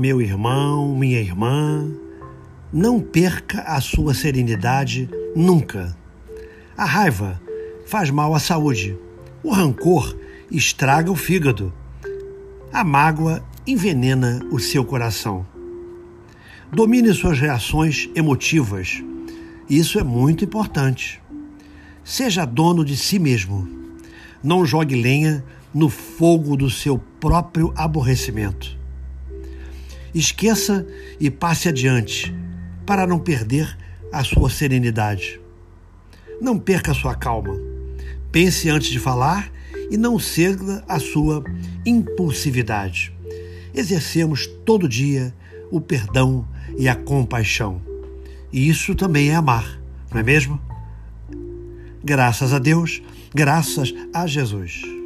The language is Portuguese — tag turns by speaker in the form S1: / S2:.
S1: Meu irmão, minha irmã, não perca a sua serenidade nunca. A raiva faz mal à saúde. O rancor estraga o fígado. A mágoa envenena o seu coração. Domine suas reações emotivas. Isso é muito importante. Seja dono de si mesmo. Não jogue lenha no fogo do seu próprio aborrecimento. Esqueça e passe adiante, para não perder a sua serenidade. Não perca a sua calma. Pense antes de falar e não ceda à sua impulsividade. Exercemos todo dia o perdão e a compaixão. E isso também é amar, não é mesmo? Graças a Deus, graças a Jesus.